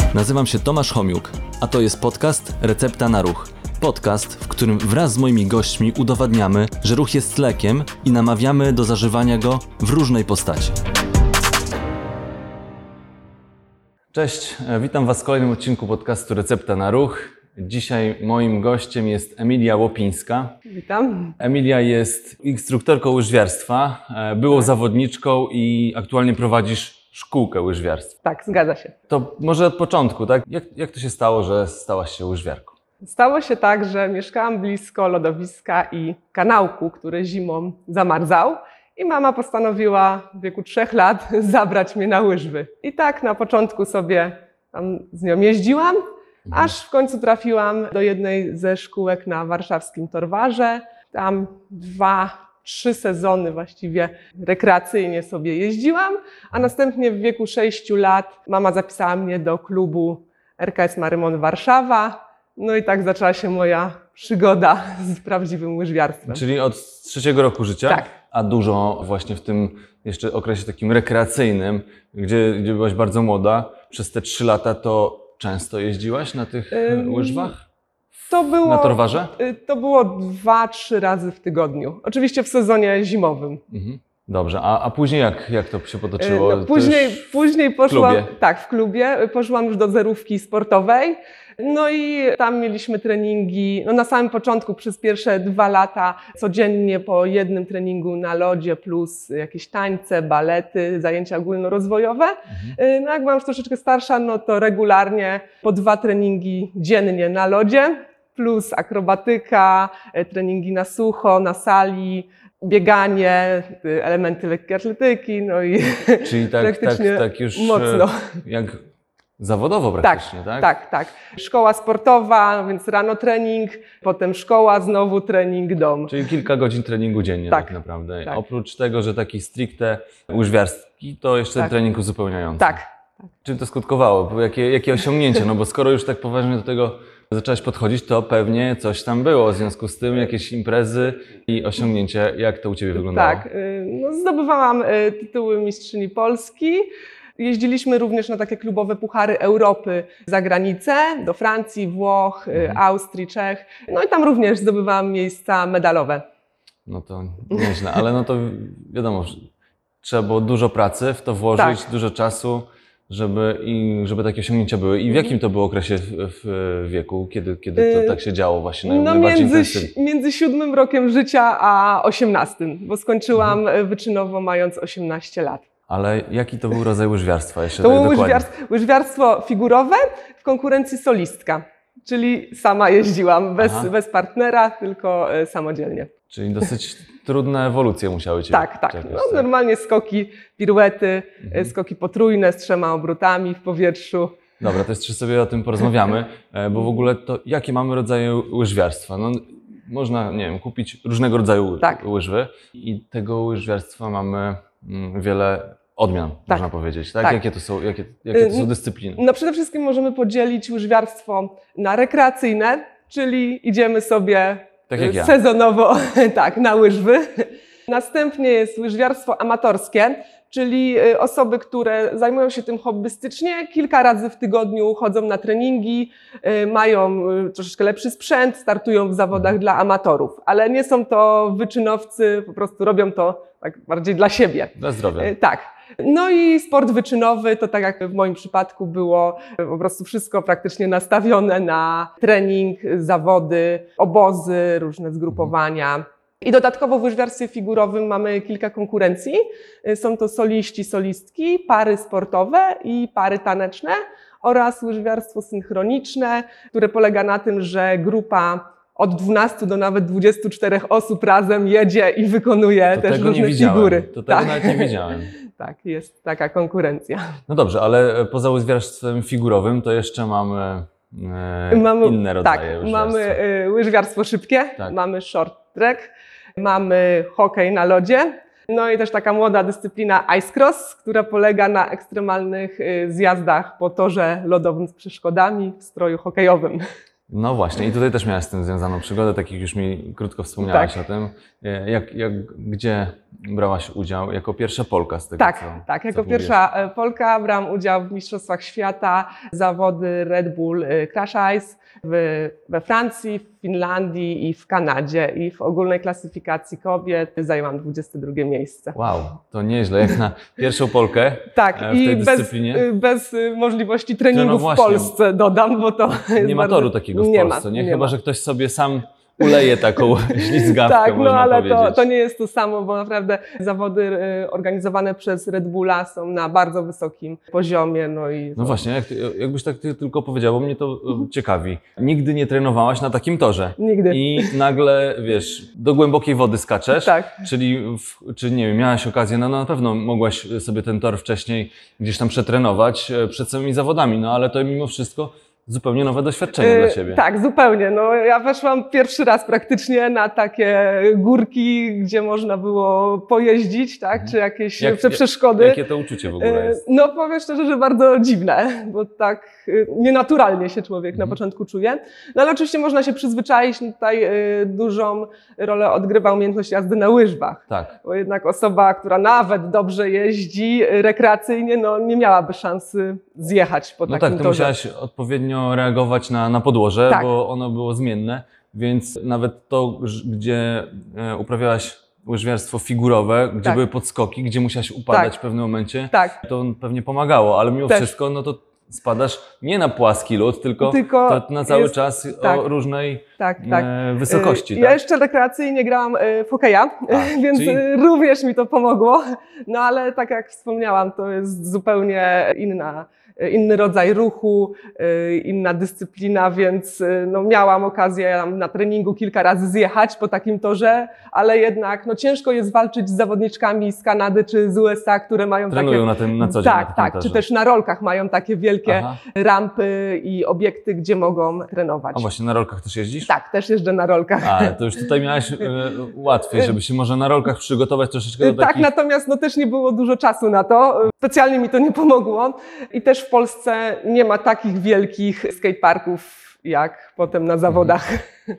Nazywam się Tomasz Homiuk, a to jest podcast Recepta na ruch. Podcast, w którym wraz z moimi gośćmi udowadniamy, że ruch jest lekiem i namawiamy do zażywania go w różnej postaci. Cześć, witam Was w kolejnym odcinku podcastu Recepta na ruch. Dzisiaj moim gościem jest Emilia Łopińska. Witam. Emilia jest instruktorką łyżwiarstwa, byłą zawodniczką i aktualnie prowadzisz szkółkę łyżwiarstwa. Tak, zgadza się. To może od początku, tak? Jak to się stało, że stałaś się łyżwiarką? Stało się tak, że mieszkałam blisko lodowiska i kanałku, który zimą zamarzał. I mama postanowiła w wieku 3 lat zabrać mnie na łyżwy. I tak na początku sobie tam z nią jeździłam, aż w końcu trafiłam do jednej ze szkółek na warszawskim Torwarze. Tam 2-3 sezony właściwie rekreacyjnie sobie jeździłam, a następnie w wieku 6 lat mama zapisała mnie do klubu RKS Marymon Warszawa. No i tak zaczęła się moja przygoda z prawdziwym łyżwiarstwem. Czyli od 3 roku życia? Tak. A dużo właśnie w tym jeszcze okresie takim rekreacyjnym, gdzie byłaś bardzo młoda, przez te 3 lata to często jeździłaś na tych łyżwach? Na Torwarze? To było 2-3 razy w tygodniu. Oczywiście w sezonie zimowym. Mhm. Dobrze, a później jak to się potoczyło? No, później poszłam, klubie? tak, w klubie. Poszłam już do zerówki sportowej. No i tam mieliśmy treningi, no na samym początku przez pierwsze 2 lata codziennie po jednym treningu na lodzie plus jakieś tańce, balety, zajęcia ogólnorozwojowe. No jak byłam już troszeczkę starsza, no to regularnie po 2 treningi dziennie na lodzie plus akrobatyka, treningi na sucho, na sali, bieganie, elementy lekkiej atletyki, no i Czyli tak już mocno. Jak zawodowo praktycznie, tak? Tak. Szkoła sportowa, więc rano trening, potem szkoła, znowu trening, dom. Czyli kilka godzin treningu dziennie tak naprawdę. Tak. Oprócz tego, że taki stricte łyżwiarski, to jeszcze trening uzupełniający. Tak. Czym to skutkowało? Jakie osiągnięcie? No bo skoro już tak poważnie do tego zaczęłaś podchodzić, to pewnie coś tam było. W związku z tym jakieś imprezy i osiągnięcia. Jak to u Ciebie wyglądało? Tak. No, zdobywałam tytuły mistrzyni Polski. Jeździliśmy również na takie klubowe puchary Europy za granicę, do Francji, Włoch, Austrii, Czech. No i tam również zdobywałam miejsca medalowe. No to nieźle, ale no to wiadomo, trzeba było dużo pracy w to włożyć, dużo czasu, żeby takie osiągnięcia były. I w jakim to było okresie w wieku, kiedy to tak się działo właśnie najbardziej intensywnie? Między 7 rokiem życia a 18, bo skończyłam wyczynowo mając 18 lat. Ale jaki to był rodzaj łyżwiarstwa? Jeszcze To tak było dokładnie. łyżwiarstwo figurowe w konkurencji solistka, czyli sama jeździłam, bez partnera, tylko samodzielnie. Czyli dosyć trudne ewolucje musiały Cię Tak. czekać, No, normalnie skoki, piruety, skoki potrójne z 3 obrotami w powietrzu. Dobra, to jeszcze sobie o tym porozmawiamy, bo w ogóle to jakie mamy rodzaje łyżwiarstwa? No, można, nie wiem, kupić różnego rodzaju łyżwy i tego łyżwiarstwa mamy wiele odmian, można powiedzieć, tak? Jakie to są dyscypliny? No przede wszystkim możemy podzielić łyżwiarstwo na rekreacyjne, czyli idziemy sobie sezonowo na łyżwy. Następnie jest łyżwiarstwo amatorskie, czyli osoby, które zajmują się tym hobbystycznie, kilka razy w tygodniu chodzą na treningi, mają troszeczkę lepszy sprzęt, startują w zawodach dla amatorów, ale nie są to wyczynowcy, po prostu robią to tak bardziej dla siebie. Dla zdrowia. Tak. No i sport wyczynowy to tak jak w moim przypadku było po prostu wszystko praktycznie nastawione na trening, zawody, obozy, różne zgrupowania. I dodatkowo w łyżwiarstwie figurowym mamy kilka konkurencji. Są to soliści, solistki, pary sportowe i pary taneczne oraz łyżwiarstwo synchroniczne, które polega na tym, że grupa od 12 do nawet 24 osób razem jedzie i wykonuje też różne figury. To tego nawet nie wiedziałem. Tak, jest taka konkurencja. No dobrze, ale poza łyżwiarstwem figurowym to jeszcze mamy inne rodzaje łyżwiarstwa. Mamy łyżwiarstwo szybkie, mamy short track, mamy hokej na lodzie, no i też taka młoda dyscyplina ice cross, która polega na ekstremalnych zjazdach po torze lodowym z przeszkodami w stroju hokejowym. No właśnie, i tutaj też miałaś z tym związaną przygodę, tak jak już mi krótko wspomniałaś Tak. o tym. Gdzie brałaś udział jako pierwsza Polka z tego, Tak, co tak. Jako co mówiłaś? pierwsza Polka brałam udział w Mistrzostwach Świata, zawody Red Bull Crash Ice we Francji, w Finlandii i w Kanadzie. I w ogólnej klasyfikacji kobiet zajęłam 22 miejsce. Wow, to nieźle, jak na pierwszą Polkę Tak, w i tej dyscyplinie. bez możliwości treningu No w właśnie. Polsce dodam, bo to jest Nie ma bardzo... toru takiego w nie Polsce, ma, nie? nie Chyba, ma. że ktoś sobie sam uleje taką ślizgawkę, Tak, no można ale powiedzieć. to nie jest to samo, bo naprawdę zawody organizowane przez Red Bulla są na bardzo wysokim poziomie. No właśnie, jakbyś tak tylko powiedział, bo mnie to ciekawi. Nigdy nie trenowałaś na takim torze. Nigdy. I nagle, wiesz, do głębokiej wody skaczesz. Tak. Czyli, czy nie wiem, miałaś okazję, no na pewno mogłaś sobie ten tor wcześniej gdzieś tam przetrenować przed samymi zawodami, no ale to mimo wszystko zupełnie nowe doświadczenie dla Ciebie. Tak, zupełnie. No, ja weszłam pierwszy raz praktycznie na takie górki, gdzie można było pojeździć, tak, czy jakieś przeszkody. Jakie to uczucie w ogóle jest? No powiem szczerze, że bardzo dziwne, bo tak nienaturalnie się człowiek na początku czuje. No ale oczywiście można się przyzwyczaić. Tutaj dużą rolę odgrywa umiejętność jazdy na łyżwach. Tak. Bo jednak osoba, która nawet dobrze jeździ rekreacyjnie, no nie miałaby szansy zjechać po No takim tak, ty torze. musiałaś odpowiednio reagować na podłoże, Tak. bo ono było zmienne, więc nawet to, gdzie uprawiałaś łyżwiarstwo figurowe, gdzie Tak. były podskoki, gdzie musiałaś upadać Tak. w pewnym momencie, Tak. to pewnie pomagało, ale mimo Też. wszystko, no to spadasz nie na płaski lód, tylko Tylko to na cały jest- czas tak. o różnej Tak. wysokości. Ja Tak? jeszcze rekreacyjnie grałam w hokeja, więc czyli- również mi to pomogło. No ale tak jak wspomniałam, to jest zupełnie inny rodzaj ruchu, inna dyscyplina, więc no, miałam okazję na treningu kilka razy zjechać po takim torze, ale jednak no, ciężko jest walczyć z zawodniczkami z Kanady czy z USA, które mają Trenują takie... na co dzień. na Tak, takim tak, torze. czy też na rolkach mają takie wielkie Aha. rampy i obiekty, gdzie mogą trenować. A właśnie, na rolkach też jeździsz? Tak, też jeżdżę na rolkach. Ale to już tutaj miałaś łatwiej, żeby się może na rolkach przygotować troszeczkę do Tak, takich... natomiast no, też nie było dużo czasu na to. Specjalnie mi to nie pomogło. I też w Polsce nie ma takich wielkich skateparków jak potem na zawodach.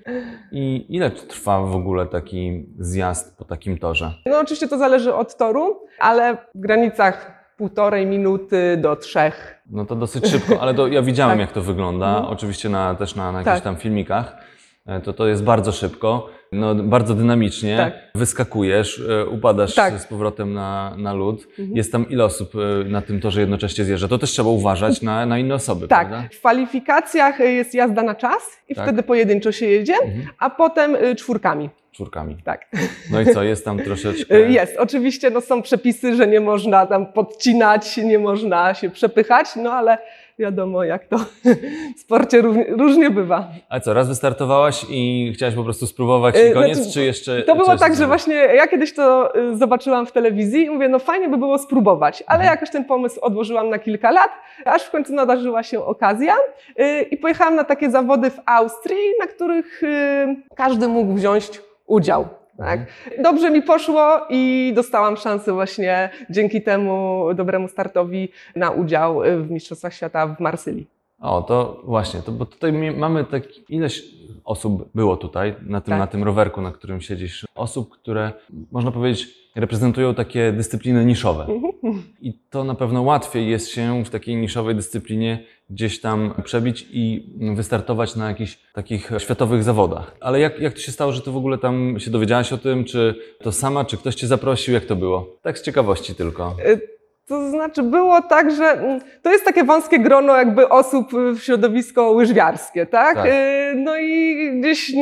I ile trwa w ogóle taki zjazd po takim torze? No oczywiście to zależy od toru, ale w granicach 1,5 minuty do 3. No to dosyć szybko, ale ja widziałem, Tak. jak to wygląda, oczywiście też na jakichś Tak. tam filmikach. To jest bardzo szybko, no, bardzo dynamicznie. Tak. Wyskakujesz, upadasz Tak. z powrotem na lód. Jest tam ile osób na tym torze jednocześnie zjeżdża? To też trzeba uważać na inne osoby, Tak, prawda? w kwalifikacjach jest jazda na czas i Tak. wtedy pojedynczo się jedzie, a potem 4. Czwórkami. Tak. No i co, jest tam troszeczkę... Jest, oczywiście no, są przepisy, że nie można tam podcinać, nie można się przepychać, no ale wiadomo jak to w sporcie różnie bywa. A co, raz wystartowałaś i chciałaś po prostu spróbować i koniec, Znaczy, czy jeszcze... To było coś tak, że zrobić? właśnie ja kiedyś to zobaczyłam w telewizji i mówię, no fajnie by było spróbować, ale jakoś ten pomysł odłożyłam na kilka lat, aż w końcu nadarzyła się okazja i pojechałam na takie zawody w Austrii, na których każdy mógł wziąć udział. Tak. Dobrze mi poszło i dostałam szansę właśnie dzięki temu dobremu startowi na udział w Mistrzostwach Świata w Marsylii. O, to właśnie, bo tutaj mamy ileś osób było tutaj, Tak. na tym rowerku, na którym siedzisz. Osób, które, można powiedzieć, reprezentują takie dyscypliny niszowe. I to na pewno łatwiej jest się w takiej niszowej dyscyplinie gdzieś tam przebić i wystartować na jakichś takich światowych zawodach. Ale jak to się stało, że ty w ogóle tam się dowiedziałaś o tym, czy to sama, czy ktoś cię zaprosił, jak to było? Tak z ciekawości tylko. To znaczy było tak, że to jest takie wąskie grono jakby osób w środowisko łyżwiarskie, tak? Tak. No i gdzieś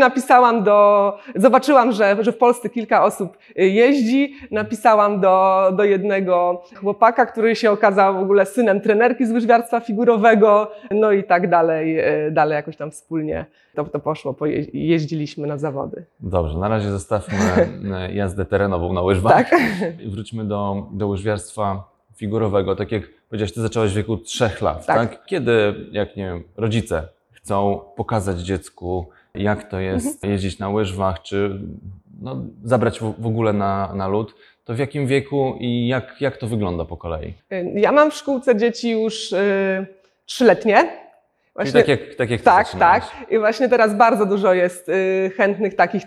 zobaczyłam, że w Polsce kilka osób jeździ, napisałam do jednego chłopaka, który się okazał w ogóle synem trenerki z łyżwiarstwa figurowego, no i tak dalej jakoś tam wspólnie to poszło, jeździliśmy na zawody. Dobrze, na razie zostawmy jazdę terenową na łyżwach. Tak. I wróćmy do łyżwiarstwa figurowego. Tak jak powiedziałeś, ty zaczęłaś w wieku 3 lat, Tak. tak? Kiedy, jak nie wiem, rodzice chcą pokazać dziecku, jak to jest jeździć na łyżwach, czy zabrać w ogóle na lód, to w jakim wieku i jak to wygląda po kolei? Ja mam w szkółce dzieci już 3-letnie. Właśnie, tak jak ty tak, zaczynałaś. tak. I właśnie teraz bardzo dużo jest chętnych takich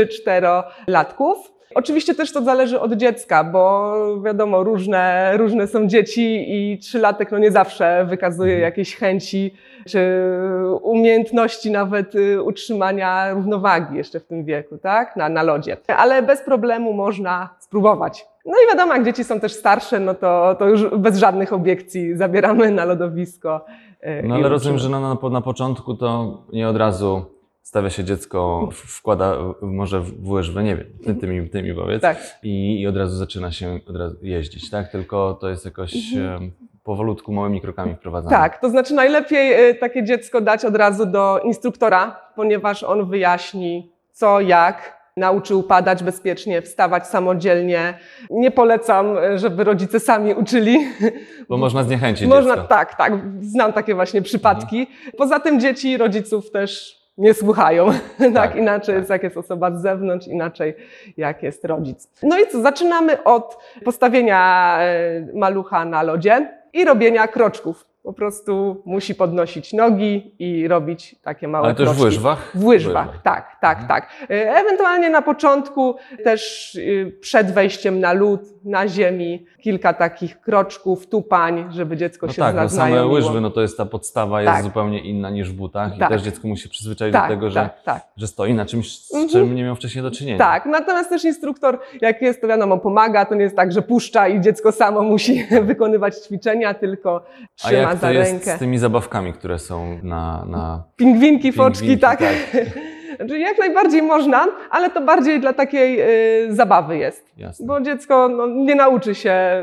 3-4-latków. Oczywiście też to zależy od dziecka, bo wiadomo, różne są dzieci i 3-latek no nie zawsze wykazuje jakieś chęci czy umiejętności nawet utrzymania równowagi jeszcze w tym wieku, tak? Na lodzie. Ale bez problemu można spróbować. No i wiadomo, jak dzieci są też starsze, no to już bez żadnych obiekcji zabieramy na lodowisko. No ale rozumiem, że na początku to nie od razu stawia się dziecko, wkłada może w łyżwę, nie wiem, ty mi powiedz, Tak. i od razu zaczyna się jeździć, tak? Tylko to jest jakoś powolutku, małymi krokami wprowadzane. Tak, to znaczy najlepiej takie dziecko dać od razu do instruktora, ponieważ on wyjaśni co, jak, nauczy upadać bezpiecznie, wstawać samodzielnie. Nie polecam, żeby rodzice sami uczyli. Bo można zniechęcić Można, dziecko. tak, znam takie właśnie przypadki. Poza tym dzieci rodziców też nie słuchają. Tak, inaczej jest, jak jest osoba z zewnątrz, inaczej jak jest rodzic. No i co, zaczynamy od postawienia malucha na lodzie i robienia kroczków. Po prostu musi podnosić nogi i robić takie małe kroczki. Ale też w łyżwach? W łyżwach, tak. Ewentualnie na początku też przed wejściem na lód, na ziemi, kilka takich kroczków, tupań, żeby dziecko się zaznajomiło. Tak, no same łyżwy, no to jest ta podstawa, jest Tak. zupełnie inna niż w butach i Tak. też dziecko musi się przyzwyczaić do tego, że stoi na czymś, z czym nie miał wcześniej do czynienia. Tak, natomiast też instruktor, jak jest, to wiadomo, pomaga, to nie jest tak, że puszcza i dziecko samo musi wykonywać ćwiczenia, tylko trzyma za rękę. A jak to jest z tymi zabawkami, które są na... Pingwinki, foczki, tak. tak. Znaczy, jak najbardziej można, ale to bardziej dla takiej zabawy jest. Jasne. Bo dziecko nie nauczy się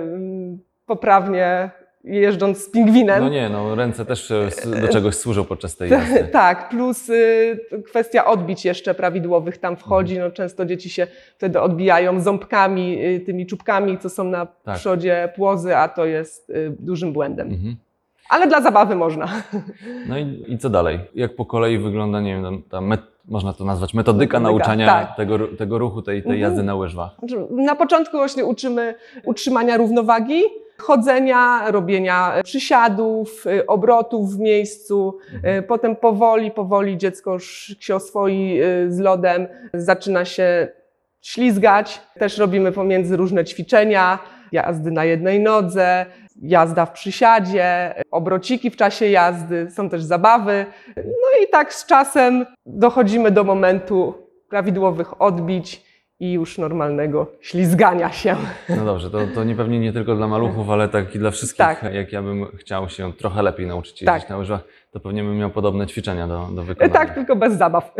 poprawnie jeżdżąc z pingwinem. No nie, no ręce też do czegoś służą podczas tej jazdy. Tak, plus kwestia odbić jeszcze prawidłowych tam wchodzi. No, często dzieci się wtedy odbijają ząbkami, tymi czubkami, co są na przodzie płozy, a to jest dużym błędem. Ale dla zabawy można. No i co dalej? Jak po kolei wygląda, nie wiem, można to nazwać metodyka nauczania tego ruchu, tej jazdy na łyżwach? Na początku właśnie uczymy utrzymania równowagi, chodzenia, robienia przysiadów, obrotów w miejscu. Potem powoli dziecko już się oswoi z lodem, zaczyna się ślizgać. Też robimy pomiędzy różne ćwiczenia, jazdy na jednej nodze, jazda w przysiadzie, obrociki w czasie jazdy, są też zabawy. No i tak z czasem dochodzimy do momentu prawidłowych odbić i już normalnego ślizgania się. No dobrze, to pewnie nie tylko dla maluchów, ale tak i dla wszystkich. Jak ja bym chciał się trochę lepiej nauczyć jeździć na łyżwach, to pewnie bym miał podobne ćwiczenia do wykonania. Tak, tylko bez zabaw.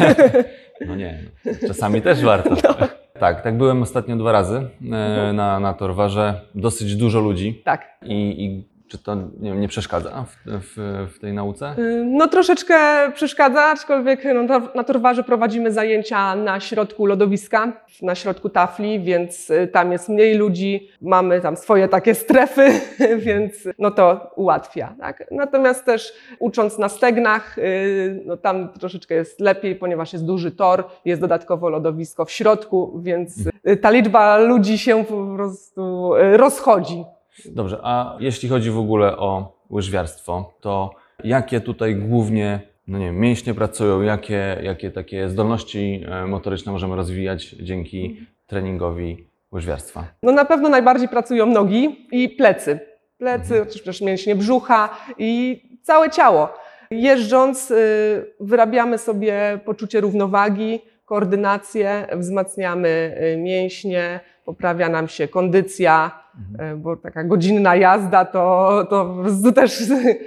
No nie, czasami też warto. No. Tak, byłem ostatnio 2 razy na Torwarze. Dosyć dużo ludzi. Tak. I czy to nie przeszkadza w tej nauce? No troszeczkę przeszkadza, aczkolwiek na Torwarze prowadzimy zajęcia na środku lodowiska, na środku tafli, więc tam jest mniej ludzi, mamy tam swoje takie strefy, więc no to ułatwia. Tak? Natomiast też ucząc na stegnach, no tam troszeczkę jest lepiej, ponieważ jest duży tor, jest dodatkowo lodowisko w środku, więc ta liczba ludzi się po prostu rozchodzi. Dobrze, a jeśli chodzi w ogóle o łyżwiarstwo, to jakie tutaj głównie mięśnie pracują, jakie takie zdolności motoryczne możemy rozwijać dzięki treningowi łyżwiarstwa? No na pewno najbardziej pracują nogi i plecy. Plecy, czy też mięśnie brzucha i całe ciało. Jeżdżąc wyrabiamy sobie poczucie równowagi, koordynację, wzmacniamy mięśnie, poprawia nam się kondycja, bo taka godzinna jazda to też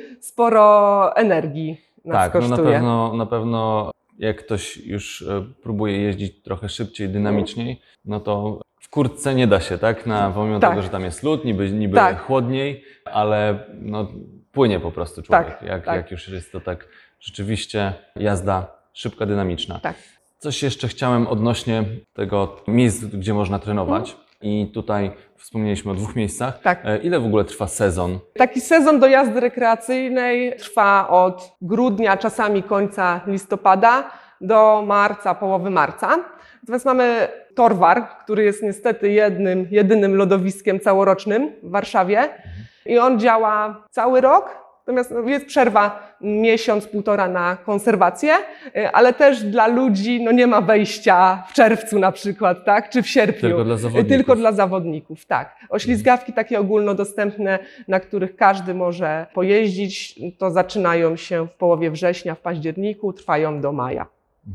sporo energii nas kosztuje. No na pewno jak ktoś już próbuje jeździć trochę szybciej, dynamiczniej, no to w kurtce nie da się, tak? Pomimo tego, że tam jest lód, niby chłodniej, ale no, płynie po prostu człowiek, jak już jest to tak rzeczywiście jazda szybka, dynamiczna. Tak. Coś jeszcze chciałem odnośnie tego miejsc, gdzie można trenować. I tutaj wspomnieliśmy o 2 miejscach. Tak. Ile w ogóle trwa sezon? Taki sezon do jazdy rekreacyjnej trwa od grudnia, czasami końca listopada do marca, połowy marca. Natomiast mamy Torwar, który jest niestety jedynym lodowiskiem całorocznym w Warszawie. I on działa cały rok, Natomiast jest przerwa miesiąc, półtora na konserwację, ale też dla ludzi nie ma wejścia w czerwcu na przykład, tak? Czy w sierpniu. Tylko dla zawodników. Tylko dla zawodników, tak. Oślizgawki takie ogólnodostępne, na których każdy może pojeździć, to zaczynają się w połowie września, w październiku, trwają do maja.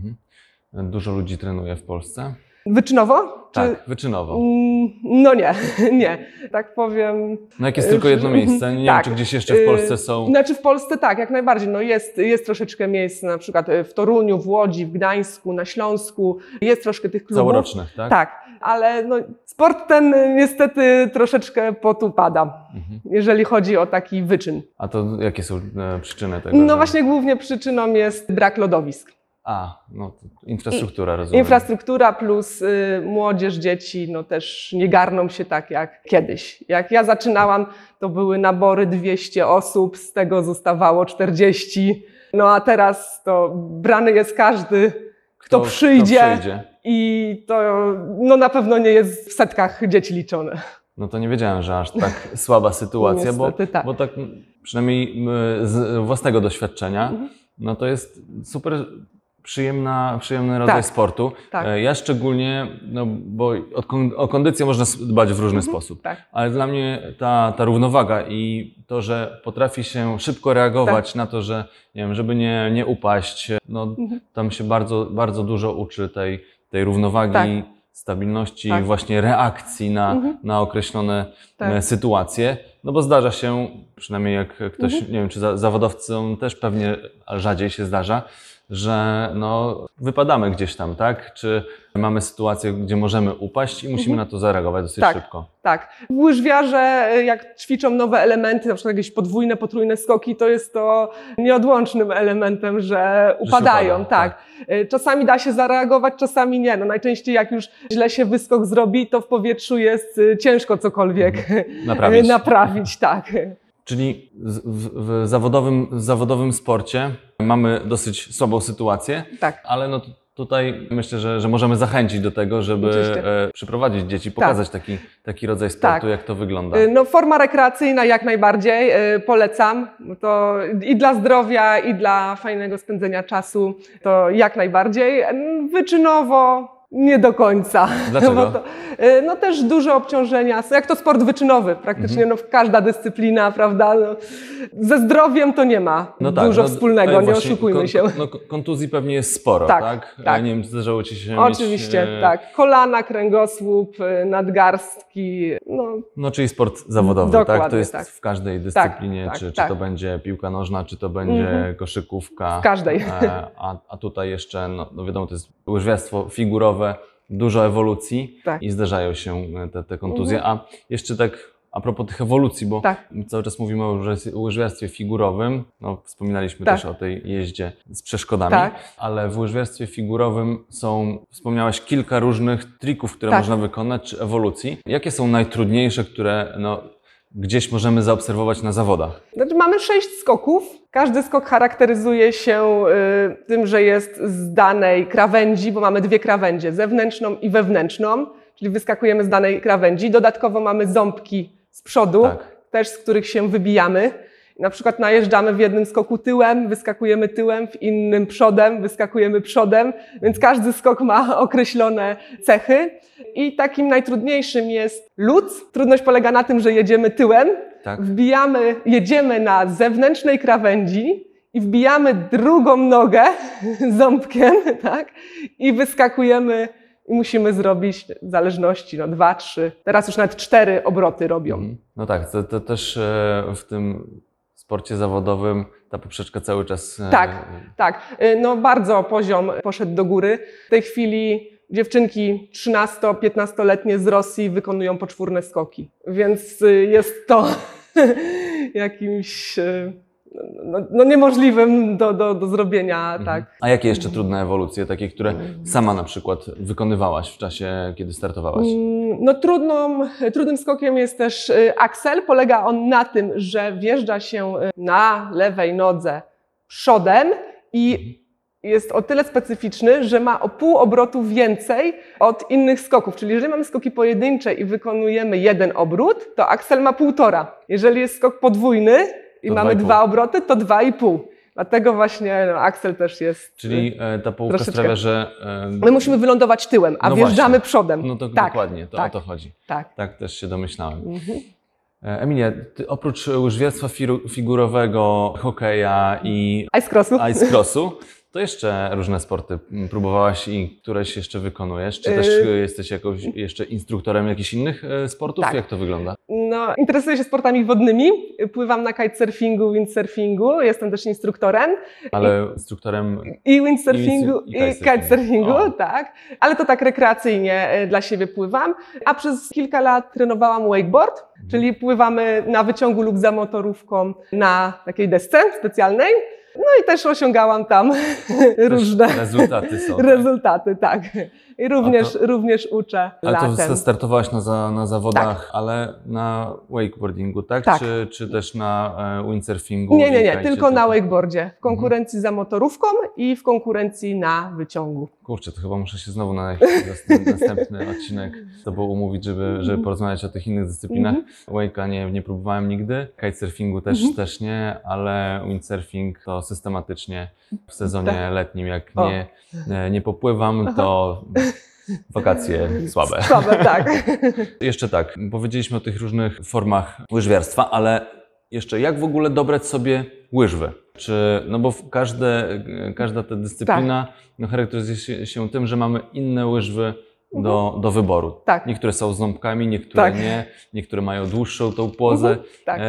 Dużo ludzi trenuje w Polsce? Wyczynowo? Tak, wyczynowo. No nie, nie. Tak powiem. No jak jest tylko jedno miejsce, nie tak. wiem, czy gdzieś jeszcze w Polsce są... Znaczy w Polsce tak, jak najbardziej. Jest troszeczkę miejsc, na przykład w Toruniu, w Łodzi, w Gdańsku, na Śląsku. Jest troszkę tych klubów. Całorocznych, tak? Tak, ale sport ten niestety troszeczkę potupada, jeżeli chodzi o taki wyczyn. A to jakie są przyczyny tego? No właśnie głównie przyczyną jest brak lodowisk. No infrastruktura, rozumiem. Infrastruktura plus młodzież, dzieci też nie garną się tak jak kiedyś. Jak ja zaczynałam, to były nabory 200 osób, z tego zostawało 40. No a teraz to brany jest każdy, kto przyjdzie. I to na pewno nie jest w setkach dzieci liczone. No to nie wiedziałem, że aż tak słaba sytuacja, bo tak przynajmniej z własnego doświadczenia, no to jest super przyjemny rodzaj sportu. Tak. Ja szczególnie, bo o kondycję można dbać w różny sposób, ale dla mnie ta równowaga i to, że potrafi się szybko reagować na to, że nie wiem, żeby nie upaść, tam się bardzo, bardzo dużo uczy tej równowagi, stabilności i właśnie reakcji na określone sytuacje. No bo zdarza się, przynajmniej jak ktoś, nie wiem, czy zawodowcom też pewnie, ale rzadziej się zdarza, że wypadamy gdzieś tam, tak? Czy mamy sytuację, gdzie możemy upaść i musimy na to zareagować dosyć szybko. Tak. Łyżwiarze, jak ćwiczą nowe elementy, na przykład jakieś podwójne, potrójne skoki, to jest to nieodłącznym elementem, że upadają. Tak. Czasami da się zareagować, czasami nie. Najczęściej jak już źle się wyskok zrobi, to w powietrzu jest ciężko cokolwiek naprawić. Tak. Czyli w zawodowym sporcie mamy dosyć słabą sytuację, ale tutaj myślę, że możemy zachęcić do tego, żeby przyprowadzić dzieci, pokazać taki rodzaj sportu, jak to wygląda. Forma rekreacyjna jak najbardziej polecam. To i dla zdrowia, i dla fajnego spędzenia czasu, to jak najbardziej. Wyczynowo nie do końca. Dlaczego? Bo też duże obciążenia. Jak to sport wyczynowy, praktycznie każda dyscyplina, prawda? Ze zdrowiem to nie ma dużo wspólnego, nie oszukujmy się. Kontuzji pewnie jest sporo, tak? Nie wiem, czy zdarzało Ci się Oczywiście, tak. Kolana, kręgosłup, nadgarstki. Czyli sport zawodowy, dokładnie, tak? To jest w każdej dyscyplinie, czy to będzie piłka nożna, czy to będzie koszykówka. W każdej. A tutaj jeszcze, wiadomo, to jest łyżwiarstwo figurowe, dużo ewolucji i zdarzają się te kontuzje. A jeszcze tak a propos tych ewolucji, bo cały czas mówimy o łyżwiarstwie figurowym, wspominaliśmy też o tej jeździe z przeszkodami, ale w łyżwiarstwie figurowym wspomniałaś kilka różnych trików, które można wykonać, czy ewolucji. Jakie są najtrudniejsze, które gdzieś możemy zaobserwować na zawodach? Mamy 6 skoków. Każdy skok charakteryzuje się tym, że jest z danej krawędzi, bo mamy 2 krawędzie, zewnętrzną i wewnętrzną, czyli wyskakujemy z danej krawędzi. Dodatkowo mamy ząbki z przodu, też z których się wybijamy. Na przykład najeżdżamy w jednym skoku tyłem, wyskakujemy tyłem, w innym przodem, wyskakujemy przodem, więc każdy skok ma określone cechy. I takim najtrudniejszym jest lód. Trudność polega na tym, że jedziemy tyłem, jedziemy na zewnętrznej krawędzi i wbijamy drugą nogę ząbkiem, i wyskakujemy i musimy zrobić w zależności 2, 3, teraz już nawet 4 obroty robią. To też w tym sporcie zawodowym ta poprzeczka cały czas... Tak. Bardzo poziom poszedł do góry. W tej chwili dziewczynki 13-15-letnie z Rosji wykonują poczwórne skoki, więc jest to jakimś niemożliwym do zrobienia. A jakie jeszcze trudne ewolucje, takie, które sama na przykład wykonywałaś w czasie, kiedy startowałaś? Trudnym skokiem jest też aksel. Polega on na tym, że wjeżdża się na lewej nodze przodem i jest o tyle specyficzny, że ma o pół obrotu więcej od innych skoków. Czyli jeżeli mamy skoki pojedyncze i wykonujemy 1 obrót, to aksel ma 1,5. Jeżeli jest skok podwójny, i To mamy 2,5. 2 obroty, to 2,5. Dlatego właśnie Axel też jest... Czyli ta połówka troszeczkę. sprawia, że... My musimy wylądować tyłem, a No wjeżdżamy właśnie. przodem. No to tak, dokładnie, to tak, o to chodzi. tak. Tak też się domyślałem. Mhm. Emilia, ty oprócz łyżwiarstwa figurowego, hokeja i Ice crossu. ice crossu, to jeszcze różne sporty próbowałaś i któreś jeszcze wykonujesz? Czy też jesteś jeszcze instruktorem jakichś innych sportów? Tak. Jak to wygląda? No, interesuję się sportami wodnymi. Pływam na kitesurfingu, windsurfingu. Jestem też instruktorem. Ale instruktorem I windsurfingu, i i kitesurfingu, O. tak. Ale to tak rekreacyjnie dla siebie pływam. A przez kilka lat trenowałam wakeboard, czyli pływamy na wyciągu lub za motorówką na takiej desce specjalnej. No i też osiągałam tam różne rezultaty są. rezultaty, tak. I również uczę Ale to latem. startowałaś na zawodach, Tak. ale na wakeboardingu, tak? Tak. Czy też na windsurfingu? Nie, i kajcie tylko na wakeboardzie. W konkurencji za motorówką i w konkurencji na wyciągu. Kurczę, to chyba muszę się znowu na jakiś następny odcinek z Tobą umówić, żeby porozmawiać o tych innych dyscyplinach. Wake'a nie próbowałem nigdy, kitesurfingu też nie, ale windsurfing to systematycznie w sezonie letnim, jak nie popływam, to wakacje słabe. Słabe, tak. Jeszcze tak, powiedzieliśmy o tych różnych formach łyżwiarstwa, ale jeszcze jak w ogóle dobrać sobie łyżwy? No bo każda ta dyscyplina charakteryzuje się tym, że mamy inne łyżwy do wyboru. Tak. Niektóre są z ząbkami, niektóre nie, niektóre mają dłuższą tą płozę. Tak.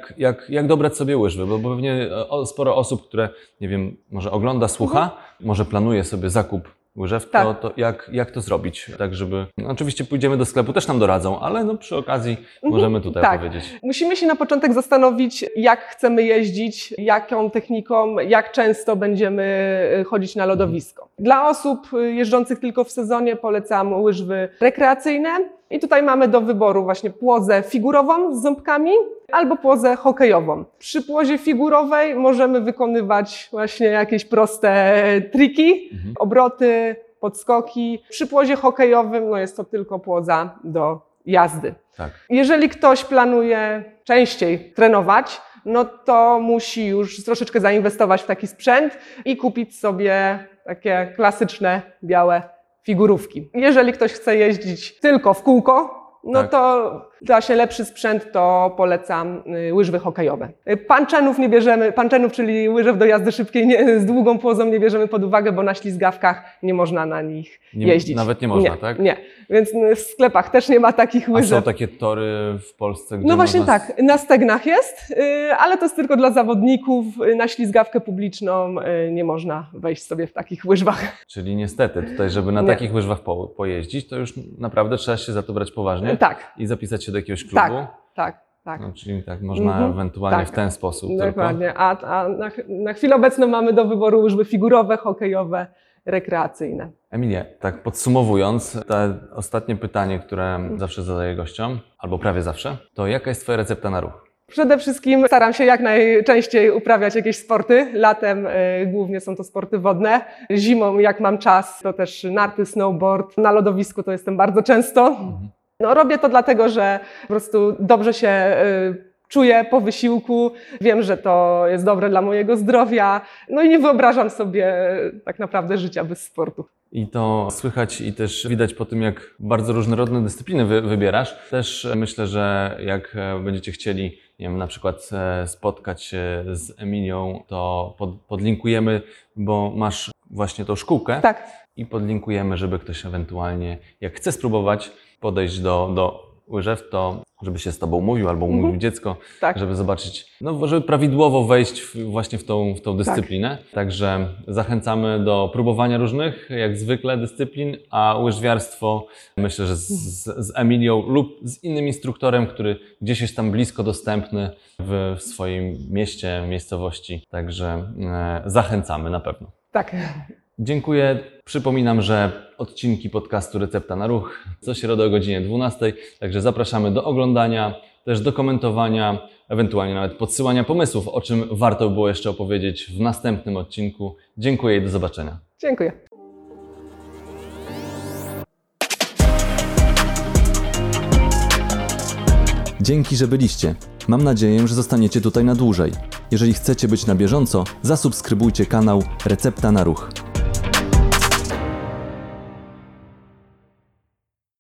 Jak dobrać sobie łyżwy? Bo pewnie sporo osób, które, nie wiem, może ogląda, słucha, może planuje sobie zakup łyżew, to jak to zrobić? Tak, żeby... No, oczywiście pójdziemy do sklepu, też nam doradzą, ale no przy okazji możemy tutaj powiedzieć. Musimy się na początek zastanowić, jak chcemy jeździć, jaką techniką, jak często będziemy chodzić na lodowisko. Dla osób jeżdżących tylko w sezonie polecam łyżwy rekreacyjne. I tutaj mamy do wyboru właśnie płozę figurową z ząbkami albo płozę hokejową. Przy płozie figurowej możemy wykonywać właśnie jakieś proste triki, obroty, podskoki. Przy płozie hokejowym jest to tylko płoza do jazdy. Tak. Jeżeli ktoś planuje częściej trenować, no to musi już troszeczkę zainwestować w taki sprzęt i kupić sobie takie klasyczne, białe figurówki. Jeżeli ktoś chce jeździć tylko w kółko, no to właśnie lepszy sprzęt to polecam łyżwy hokejowe. Panczenów nie bierzemy, czyli łyżew do jazdy szybkiej z długą płozą nie bierzemy pod uwagę, bo na ślizgawkach nie można na nich jeździć. Nawet nie można, tak? Nie, więc w sklepach też nie ma takich łyżew. A są takie tory w Polsce, gdzie No właśnie można... tak, na stegnach jest, ale to jest tylko dla zawodników. Na ślizgawkę publiczną nie można wejść sobie w takich łyżwach. Czyli niestety tutaj, żeby na takich łyżwach pojeździć, to już naprawdę trzeba się za to brać poważnie i zapisać się do jakiegoś klubu. Tak. No, czyli tak można ewentualnie w ten sposób Dokładnie. tylko. A na chwilę obecną mamy do wyboru łyżwy figurowe, hokejowe, rekreacyjne. Emilia, tak podsumowując, to ostatnie pytanie, które zawsze zadaję gościom, albo prawie zawsze, to jaka jest Twoja recepta na ruch? Przede wszystkim staram się jak najczęściej uprawiać jakieś sporty. Latem głównie są to sporty wodne. Zimą, jak mam czas, to też narty, snowboard. Na lodowisku to jestem bardzo często. No, robię to dlatego, że po prostu dobrze się czuję po wysiłku. Wiem, że to jest dobre dla mojego zdrowia. No i nie wyobrażam sobie tak naprawdę życia bez sportu. I to słychać i też widać po tym, jak bardzo różnorodne dyscypliny wybierasz. Też myślę, że jak będziecie chcieli, nie wiem, na przykład spotkać się z Emilią, to podlinkujemy, bo masz właśnie tą szkółkę. Tak. I podlinkujemy, żeby ktoś ewentualnie, jak chce spróbować podejść do łyżew, to żeby się z Tobą umówił albo umówił dziecko, żeby zobaczyć, no żeby prawidłowo wejść właśnie w tą dyscyplinę. Także zachęcamy do próbowania różnych, jak zwykle, dyscyplin, a łyżwiarstwo myślę, że z Emilią lub z innym instruktorem, który gdzieś jest tam blisko dostępny w swoim mieście, miejscowości. Także zachęcamy na pewno. Tak. Dziękuję. Przypominam, że odcinki podcastu Recepta na Ruch co środę o godzinie 12, także zapraszamy do oglądania, też do komentowania, ewentualnie nawet podsyłania pomysłów, o czym warto było jeszcze opowiedzieć w następnym odcinku. Dziękuję i do zobaczenia. Dziękuję. Dzięki, że byliście. Mam nadzieję, że zostaniecie tutaj na dłużej. Jeżeli chcecie być na bieżąco, zasubskrybujcie kanał Recepta na Ruch.